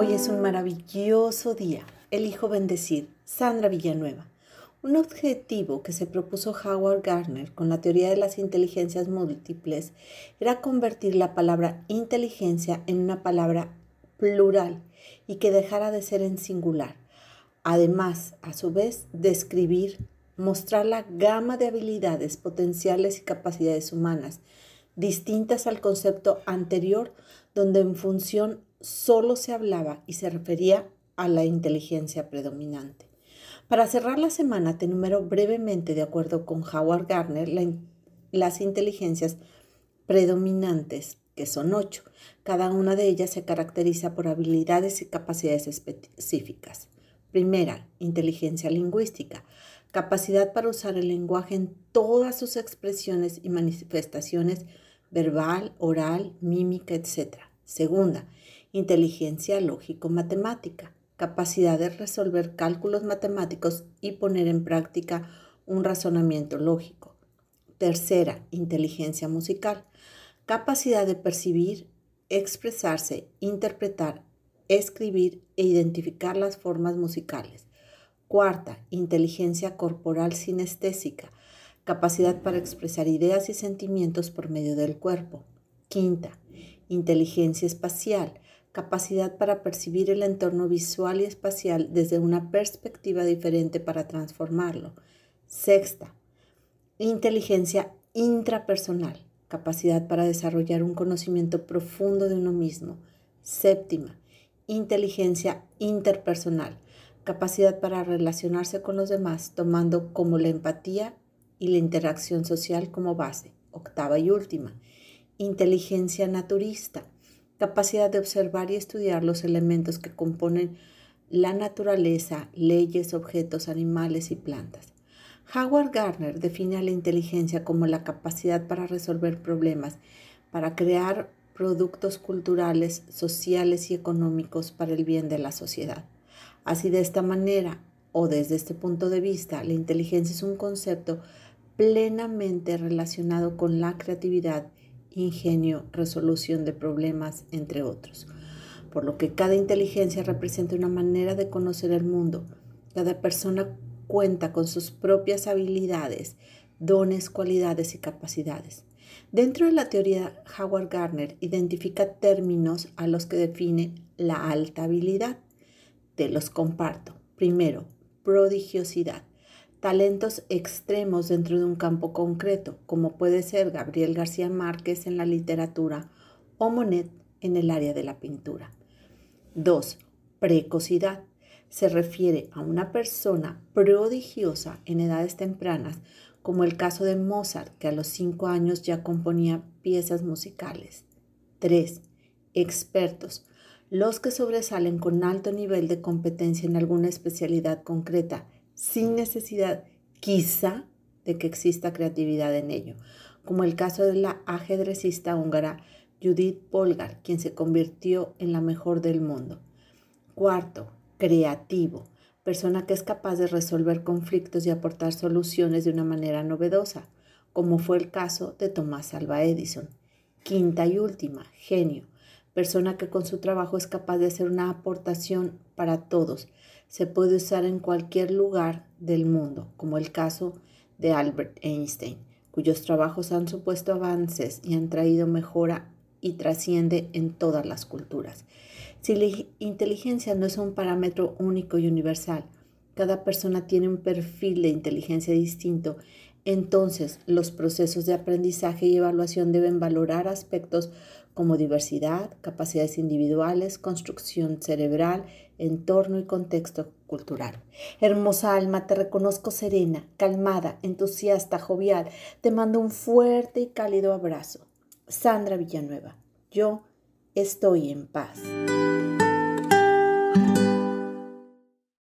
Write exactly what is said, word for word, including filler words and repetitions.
Hoy es un maravilloso día. Elijo bendecir. Sandra Villanueva. Un objetivo que se propuso Howard Gardner con la teoría de las inteligencias múltiples era convertir la palabra inteligencia en una palabra plural y que dejara de ser en singular. Además, a su vez, describir, mostrar la gama de habilidades, potenciales y capacidades humanas, distintas al concepto anterior, donde en función solo se hablaba y se refería a la inteligencia predominante. Para cerrar la semana, te enumero brevemente, de acuerdo con Howard Gardner, la, las inteligencias predominantes, que son ocho. Cada una de ellas se caracteriza por habilidades y capacidades específicas. Primera, inteligencia lingüística, capacidad para usar el lenguaje en todas sus expresiones y manifestaciones, verbal, oral, mímica, etcétera. Segunda, inteligencia lógico-matemática, capacidad de resolver cálculos matemáticos y poner en práctica un razonamiento lógico. Tercera, inteligencia musical, capacidad de percibir, expresarse, interpretar, escribir e identificar las formas musicales. Cuarta, inteligencia corporal sinestésica, capacidad para expresar ideas y sentimientos por medio del cuerpo. Quinta, inteligencia espacial, capacidad para percibir el entorno visual y espacial desde una perspectiva diferente para transformarlo. Sexta, inteligencia intrapersonal, capacidad para desarrollar un conocimiento profundo de uno mismo. Séptima, inteligencia interpersonal, capacidad para relacionarse con los demás, tomando como la empatía y la interacción social como base. Octava y última, inteligencia naturista, capacidad de observar y estudiar los elementos que componen la naturaleza, leyes, objetos, animales y plantas. Howard Gardner define a la inteligencia como la capacidad para resolver problemas, para crear productos culturales, sociales y económicos para el bien de la sociedad. Así, de esta manera, o desde este punto de vista, la inteligencia es un concepto plenamente relacionado con la creatividad, ingenio, resolución de problemas, entre otros. Por lo que cada inteligencia representa una manera de conocer el mundo. Cada persona cuenta con sus propias habilidades, dones, cualidades y capacidades. Dentro de la teoría, Howard Gardner identifica términos a los que define la alta habilidad. Te los comparto. Primero, prodigiosidad. Talentos extremos dentro de un campo concreto, como puede ser Gabriel García Márquez en la literatura o Monet en el área de la pintura. Dos, precocidad. Se refiere a una persona prodigiosa en edades tempranas, como el caso de Mozart, que a los cinco años ya componía piezas musicales. Tres, expertos. Los que sobresalen con alto nivel de competencia en alguna especialidad concreta, sin necesidad, quizá, de que exista creatividad en ello, como el caso de la ajedrecista húngara Judith Polgar, quien se convirtió en la mejor del mundo. Cuarto, creativo, persona que es capaz de resolver conflictos y aportar soluciones de una manera novedosa, como fue el caso de Thomas Alva Edison. Quinta y última, genio, persona que con su trabajo es capaz de hacer una aportación para todos. Se puede usar en cualquier lugar del mundo, como el caso de Albert Einstein, cuyos trabajos han supuesto avances y han traído mejora y trasciende en todas las culturas. Si la inteligencia no es un parámetro único y universal, cada persona tiene un perfil de inteligencia distinto, entonces los procesos de aprendizaje y evaluación deben valorar aspectos como diversidad, capacidades individuales, construcción cerebral, entorno y contexto cultural. Hermosa alma, te reconozco serena, calmada, entusiasta, jovial. Te mando un fuerte y cálido abrazo. Sandra Villanueva. Yo estoy en paz.